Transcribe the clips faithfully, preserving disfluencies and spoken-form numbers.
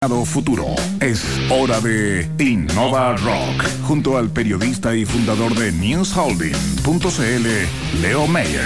Futuro. Es hora de Innova Rock, junto al periodista y fundador de news holding punto c l, Leo Meyer.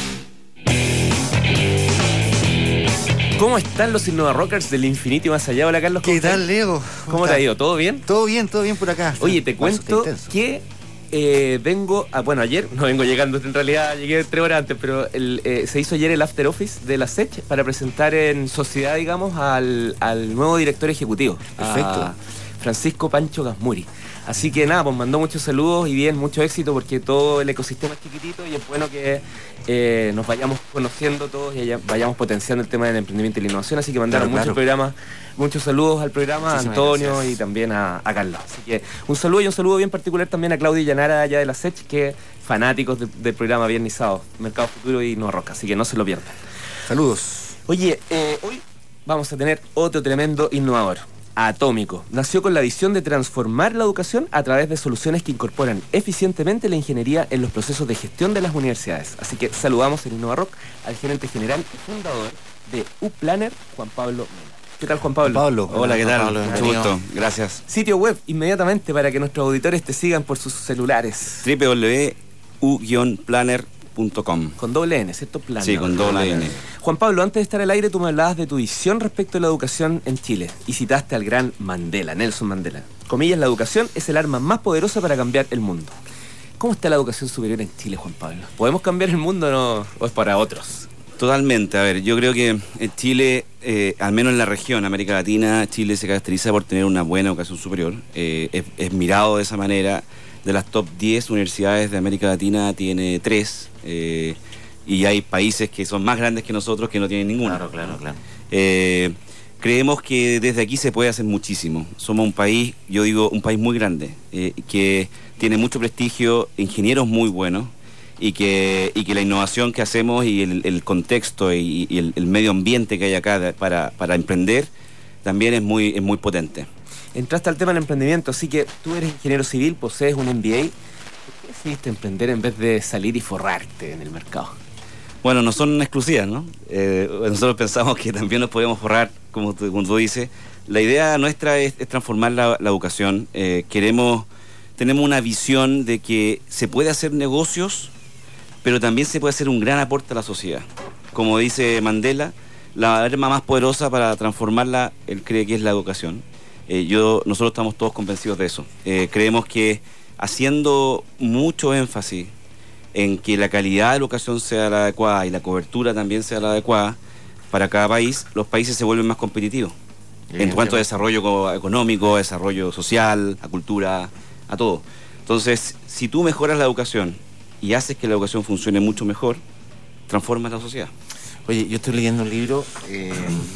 ¿Cómo están los Innova Rockers del infinito y más allá? Hola, Carlos. ¿Qué tal, Leo? ¿Cómo, ¿Cómo te ha ido? ¿Todo bien? Todo bien, todo bien por acá. Oye, te cuento que eh, vengo, a, bueno, ayer, no vengo llegando, en realidad llegué tres horas antes, pero el, eh, se hizo ayer el After Office de la S E C para presentar en sociedad, digamos, al, al nuevo director ejecutivo. Perfecto. Francisco Pancho Gasmuri. Así que nada, pues mandó muchos saludos y bien, mucho éxito, porque todo el ecosistema es chiquitito y es bueno que eh, nos vayamos conociendo todos y vayamos potenciando el tema del emprendimiento y la innovación. Así que mandaron claro, muchos claro. programas, muchos saludos al programa, a Antonio gracias. Y también a, a Carlos. Así que un saludo y un saludo bien particular también a Claudia Llanara allá de la S E C, que fanáticos de, del programa Viernes y Sábado, Mercado Futuro y Innova Rock, así que no se lo pierdan. Saludos. Oye, eh, hoy vamos a tener otro tremendo innovador. Atómico. Nació con la visión de transformar la educación a través de soluciones que incorporan eficientemente la ingeniería en los procesos de gestión de las universidades. Así que saludamos en Innova Rock al gerente general y fundador de U-Planner, Juan Pablo Mena. ¿Qué tal, Juan Pablo? Juan Pablo. Hola, ¿qué tal? Pablo, mucho gusto. Gracias. Sitio web, inmediatamente, para que nuestros auditores te sigan por sus celulares. doble u doble u doble u punto u planner punto com. Con doble N, ¿cierto? Planner. Sí, con doble N. Juan Pablo, antes de estar al aire, tú me hablabas de tu visión respecto a la educación en Chile y citaste al gran Mandela, Nelson Mandela. Comillas, la educación es el arma más poderosa para cambiar el mundo. ¿Cómo está la educación superior en Chile, Juan Pablo? ¿Podemos cambiar el mundo no, o es para otros? Totalmente. A ver, yo creo que en Chile, eh, al menos en la región, América Latina, Chile se caracteriza por tener una buena educación superior. Eh, es, es mirado de esa manera. De las top diez universidades de América Latina tiene tres. Eh, y hay países que son más grandes que nosotros que no tienen ninguna. Claro, claro, claro. Eh, creemos que desde aquí se puede hacer muchísimo. Somos un país, yo digo, un país muy grande, eh, que tiene mucho prestigio, ingenieros muy buenos, y que, y que la innovación que hacemos y el, el contexto y, y el, el medio ambiente que hay acá de, para, para emprender también es muy, es muy potente. Entraste al tema del emprendimiento, así que tú eres ingeniero civil, posees un M B A. ¿Por qué decidiste emprender en vez de salir y forrarte en el mercado? Bueno, no son exclusivas, ¿no? Eh, nosotros pensamos que también nos podemos forrar, como tú, como tú dices. La idea nuestra es, es transformar la, la educación. Eh, queremos, tenemos una visión de que se puede hacer negocios, pero también se puede hacer un gran aporte a la sociedad. Como dice Mandela, la arma más poderosa para transformarla, él cree que es la educación. Eh, yo, nosotros estamos todos convencidos de eso. Eh, creemos que haciendo mucho énfasis en que la calidad de la educación sea la adecuada y la cobertura también sea la adecuada para cada país, los países se vuelven más competitivos. Bien, en cuanto a desarrollo económico, desarrollo social, a cultura, a todo. Entonces, si tú mejoras la educación y haces que la educación funcione mucho mejor, transformas la sociedad. Oye, yo estoy leyendo un libro eh,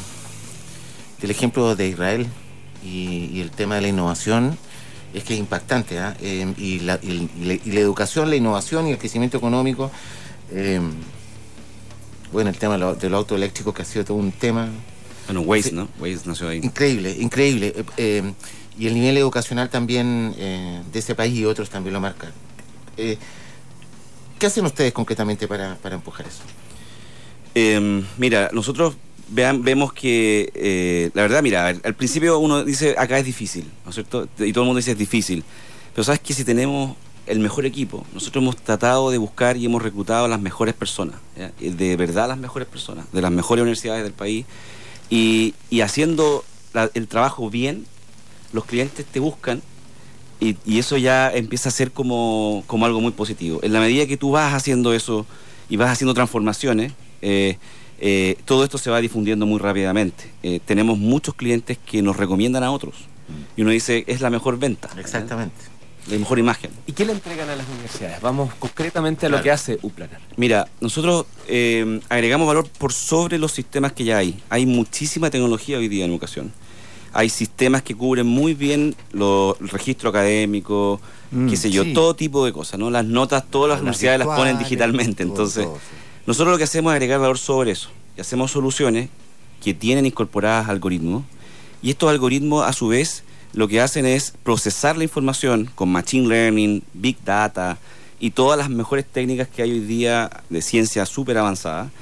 del ejemplo de Israel y, y el tema de la innovación. Es que es impactante, ¿eh? Eh, y, la, y, y, la, y la educación, la innovación y el crecimiento económico. Eh, bueno, el tema de los lo autos eléctricos, que ha sido todo un tema. Bueno, Waze, ¿no? Waze nació ahí. Increíble, increíble. Eh, eh, y el nivel educacional también eh, de ese país y otros también lo marcan. Eh, ¿Qué hacen ustedes concretamente para, para empujar eso? Eh, mira, nosotros vean, vemos que, eh, la verdad, mira, al, al principio uno dice, acá es difícil, ¿no es cierto? Y todo el mundo dice, es difícil. Pero sabes que si tenemos el mejor equipo, nosotros hemos tratado de buscar y hemos reclutado a las mejores personas, ¿ya? De verdad las mejores personas, de las mejores universidades del país, y, y haciendo la, el trabajo bien, los clientes te buscan, y, y eso ya empieza a ser como, como algo muy positivo. En la medida que tú vas haciendo eso y vas haciendo transformaciones, eh, Eh, todo esto se va difundiendo muy rápidamente. Eh, tenemos muchos clientes que nos recomiendan a otros. Y uno dice, es la mejor venta. Exactamente. ¿Eh? La mejor imagen. ¿Y qué le entregan a las universidades? Vamos concretamente a claro. lo que hace U-Planner. Mira, nosotros eh, agregamos valor por sobre los sistemas que ya hay. Hay muchísima tecnología hoy día en educación. Hay sistemas que cubren muy bien los, el registro académico, mm, qué sé yo, sí. todo tipo de cosas, ¿no? Las notas, todas las, las universidades las ponen digitalmente. Todo, entonces... Todo, sí. Nosotros lo que hacemos es agregar valor sobre eso y hacemos soluciones que tienen incorporadas algoritmos, y estos algoritmos a su vez lo que hacen es procesar la información con machine learning, big data y todas las mejores técnicas que hay hoy día de ciencia súper avanzada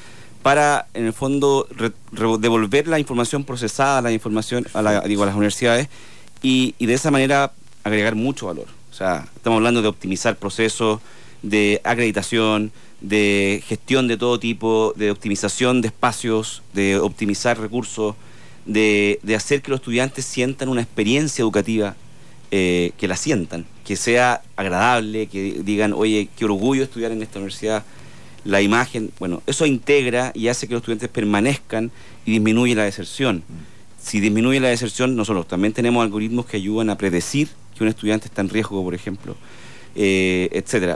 para, en el fondo, re, re, devolver la información procesada, la información a, la, digo, a las universidades y, y de esa manera agregar mucho valor. O sea, estamos hablando de optimizar procesos, de acreditación, de gestión de todo tipo, de optimización de espacios, de optimizar recursos, de, de hacer que los estudiantes sientan una experiencia educativa, eh, que la sientan, que sea agradable, que digan, oye, qué orgullo estudiar en esta universidad. La imagen, bueno, eso integra y hace que los estudiantes permanezcan y disminuye la deserción. Mm. Si disminuye la deserción, nosotros también tenemos algoritmos que ayudan a predecir que un estudiante está en riesgo, por ejemplo, eh, etcétera.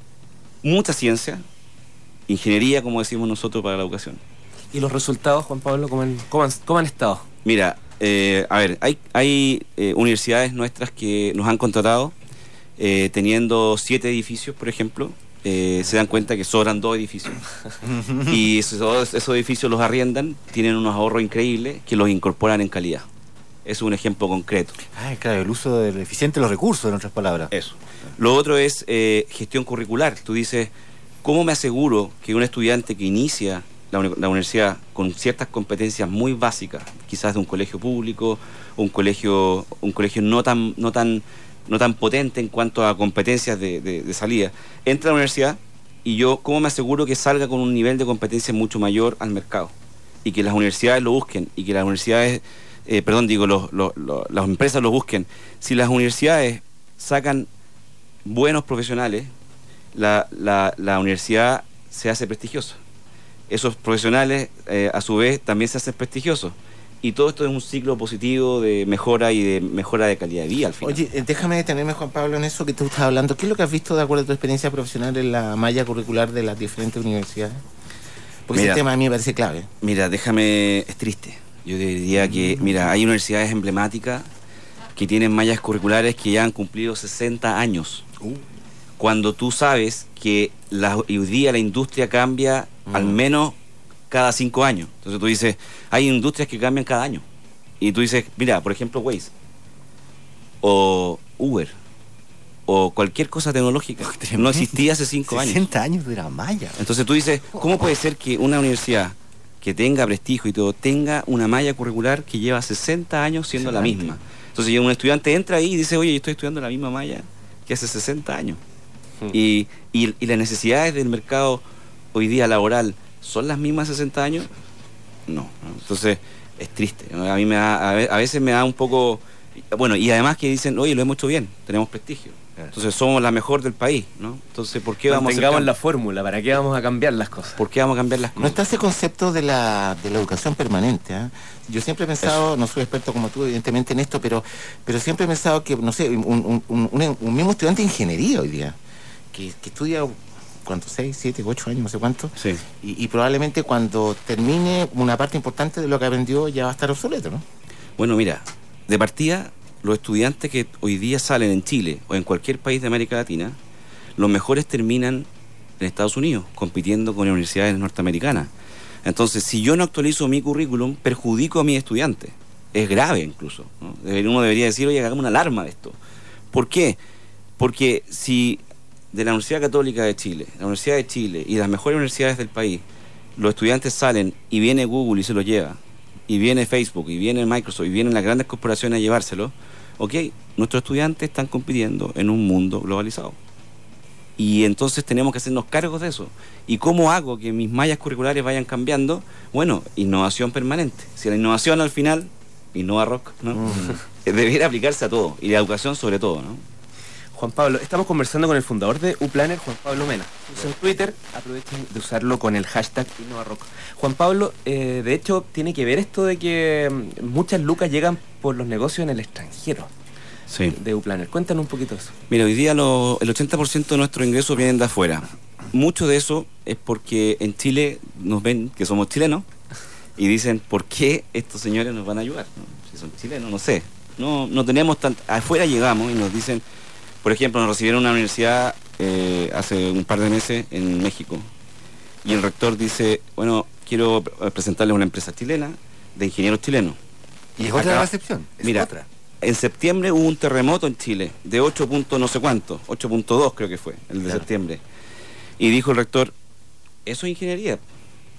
Mucha ciencia, ingeniería, como decimos nosotros, para la educación. ¿Y los resultados, Juan Pablo, cómo han, cómo han, cómo han estado? Mira, eh, a ver, hay, hay eh, universidades nuestras que nos han contratado eh, teniendo siete edificios, por ejemplo. Eh, se dan cuenta que sobran dos edificios y esos, esos edificios los arriendan, tienen unos ahorros increíbles que los incorporan en calidad. Es un ejemplo concreto. Ah, claro, el uso del eficiente de los recursos, en otras palabras. Eso. Lo otro es eh, gestión curricular. Tú dices, ¿cómo me aseguro que un estudiante que inicia la, uni- la universidad con ciertas competencias muy básicas, quizás de un colegio público, un colegio, un colegio no tan, no tan no tan potente en cuanto a competencias de, de, de salida, entra a la universidad y yo, ¿cómo me aseguro que salga con un nivel de competencia mucho mayor al mercado? Y que las universidades lo busquen, y que las universidades, eh, perdón, digo, los, los, los, las empresas lo busquen. Si las universidades sacan buenos profesionales, la, la, la universidad se hace prestigiosa. Esos profesionales, eh, a su vez, también se hacen prestigiosos. Y todo esto es un ciclo positivo de mejora y de mejora de calidad de vida al final. Oye, déjame detenerme, Juan Pablo, en eso que tú estás hablando. ¿Qué es lo que has visto, de acuerdo a tu experiencia profesional, en la malla curricular de las diferentes universidades? Porque mira, ese tema a mí me parece clave. Mira, déjame, es triste. Yo diría que, mira, hay universidades emblemáticas que tienen mallas curriculares que ya han cumplido sesenta años. Uh. Cuando tú sabes que la, hoy día la industria cambia mm. al menos cada cinco años. Entonces tú dices, hay industrias que cambian cada año. Y tú dices, mira, por ejemplo, Waze, o Uber, o cualquier cosa tecnológica, no existía hace cinco años. sesenta años de la malla. Entonces tú dices, ¿cómo puede ser que una universidad que tenga prestigio y todo, tenga una malla curricular que lleva sesenta años siendo la misma? Entonces un estudiante entra ahí y dice, oye, yo estoy estudiando la misma malla que hace sesenta años. Hmm. Y, y, y las necesidades del mercado hoy día laboral, ¿son las mismas sesenta años? No, ¿no? Entonces es triste, ¿no? A mí me da, a veces me da un poco, bueno, y además que dicen, oye, lo hemos hecho bien, tenemos prestigio, entonces somos la mejor del país, ¿no? Entonces, ¿por qué vamos a Mantengamos la fórmula, ¿para qué vamos a cambiar las cosas? ¿Por qué vamos a cambiar las cosas? No está ese concepto de la, de la educación permanente, ¿eh? Yo siempre he pensado, Eso. no soy experto como tú, evidentemente, en esto, pero, pero siempre he pensado que, no sé, un, un, un, un, un mismo estudiante de ingeniería hoy día, que, que estudia... ¿cuánto? ¿seis, siete, ocho años? No sé cuánto. Sí. Y, y probablemente cuando termine una parte importante de lo que aprendió ya va a estar obsoleto, ¿no? Bueno, mira, de partida, los estudiantes que hoy día salen en Chile o en cualquier país de América Latina, los mejores terminan en Estados Unidos, compitiendo con universidades norteamericanas. Entonces, si yo no actualizo mi currículum, perjudico a mis estudiantes. Es grave incluso, ¿no? Uno debería decir, oye, hagamos una alarma de esto. ¿Por qué? Porque si... de la Universidad Católica de Chile, la Universidad de Chile y las mejores universidades del país, los estudiantes salen y viene Google y se los lleva, y viene Facebook, y viene Microsoft, y vienen las grandes corporaciones a llevárselo, ok, nuestros estudiantes están compitiendo en un mundo globalizado. Y entonces tenemos que hacernos cargos de eso. ¿Y cómo hago que mis mallas curriculares vayan cambiando? Bueno, innovación permanente. Si la innovación al final, innova rock, ¿no? Mm. Debería aplicarse a todo, y la educación sobre todo, ¿no? Juan Pablo, estamos conversando con el fundador de UPlanner, Juan Pablo Mena. Usen Twitter, aprovechen de usarlo con el hashtag InnovaRock. Juan Pablo, eh, de hecho, tiene que ver esto de que muchas lucas llegan por los negocios en el extranjero. Sí. De UPlanner. Cuéntanos un poquito de eso. Mira, hoy día lo, el ochenta por ciento de nuestros ingresos vienen de afuera. Mucho de eso es porque en Chile nos ven que somos chilenos y dicen, ¿por qué estos señores nos van a ayudar? ¿No? Si son chilenos, no sé. No, no tenemos tan... Afuera llegamos y nos dicen... Por ejemplo, nos recibieron en una universidad eh, hace un par de meses en México y el rector dice, bueno, quiero presentarles una empresa chilena de ingenieros chilenos. ¿Y es otra la recepción? ¿Es mira, otra? En septiembre hubo un terremoto en Chile de ocho punto no sé cuánto, ocho punto dos creo que fue, el de claro. septiembre. Y dijo el rector, eso es ingeniería.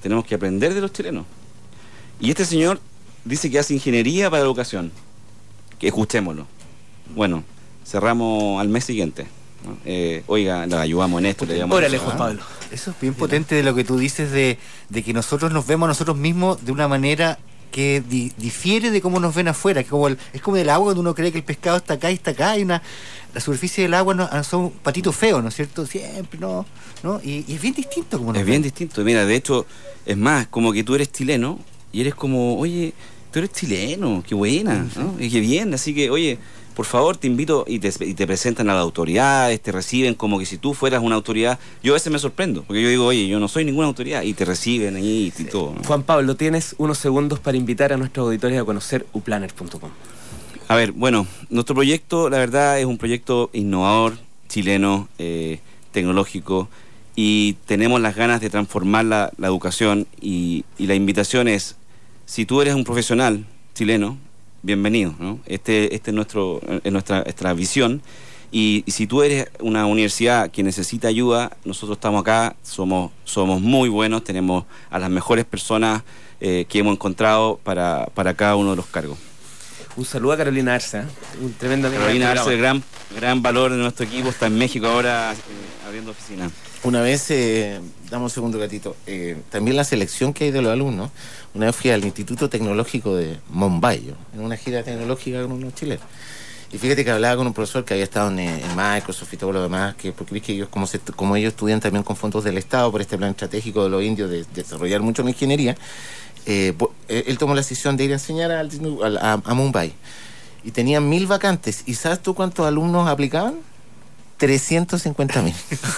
tenemos que aprender de los chilenos. Y este señor dice que hace ingeniería para la educación. Que escuchémoslo. Bueno, cerramos al mes siguiente, ¿no? Eh, oiga, le ayudamos en esto, le ayudamos. Órale, Juan Pablo. Eso es bien potente de lo que tú dices de, de que nosotros nos vemos a nosotros mismos de una manera que di, difiere de cómo nos ven afuera, que como el, es como del agua, cuando uno cree que el pescado está acá y está acá, hay una, la superficie del agua no, son patitos feos, ¿no es cierto? Siempre, ¿no? ¿no? Y, y es bien distinto como nos Es bien ven. distinto, mira, de hecho, es más, como que tú eres chileno y eres como, oye, tú eres chileno, qué buena, ¿no? Y qué bien, así que, oye, por favor, te invito y te, y te presentan a las autoridades, te reciben como que si tú fueras una autoridad. Yo a veces me sorprendo, porque yo digo, oye, yo no soy ninguna autoridad, y te reciben ahí y sí. todo, ¿no? Juan Pablo, tienes unos segundos para invitar a nuestros auditores a conocer u planner punto com. A ver, bueno, nuestro proyecto, la verdad, es un proyecto innovador, chileno, eh, tecnológico, y tenemos las ganas de transformar la, la educación, y, y la invitación es, si tú eres un profesional chileno, bienvenido, ¿no? Este, este es nuestro, es nuestra, nuestra visión, y, y si tú eres una universidad que necesita ayuda, nosotros estamos acá, somos, somos muy buenos, tenemos a las mejores personas eh, que hemos encontrado para, para cada uno de los cargos. Un saludo a Carolina Arce, ¿eh? Un tremendo amigo. Carolina del Arce, programa. gran, gran valor de nuestro equipo, está en México ahora eh, abriendo oficina. Una vez, eh, dame un segundo gatito, eh, también la selección que hay de los alumnos, una vez fui al Instituto Tecnológico de Mumbai, yo, en una gira tecnológica con unos chilenos. Y fíjate que hablaba con un profesor que había estado en, en Microsoft y todo lo demás, que porque viste que ellos, como, se, como ellos estudian también con fondos del Estado por este plan estratégico de los indios de, de desarrollar mucho la ingeniería, eh, él tomó la decisión de ir a enseñar al, al, a, a Mumbai. Y tenían mil vacantes. ¿Y sabes tú cuántos alumnos aplicaban? trescientos cincuenta mil.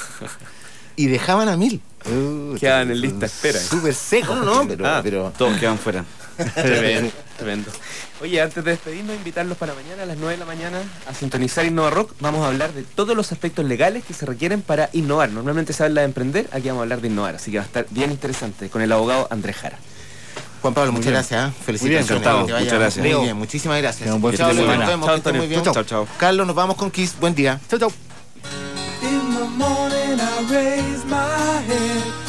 Y dejaban a mil. Uh, Quedan en lista de espera. Súper seco. No, no, pero, Ah. pero Todos quedan fuera. Tremendo, tremendo. Oye, antes de despedirnos, invitarlos para mañana a las nueve de la mañana a sintonizar Innova Rock. Vamos a hablar de todos los aspectos legales que se requieren para innovar. Normalmente se habla de emprender, aquí vamos a hablar de innovar, así que va a estar bien interesante con el abogado Andrés Jara. Juan Pablo, muchas bien. gracias. ¿eh? Felicitaciones. encantado. Que vaya Muchas gracias. Muy Leo. bien, muchísimas gracias. Tengan un buen Chao, fin de Leo, semana. nos vemos, Chao, que estén muy Antonio. bien. Chao, chao. Carlos, nos vamos con Kiss. Buen día. Chau, chau. In the morning I raise my head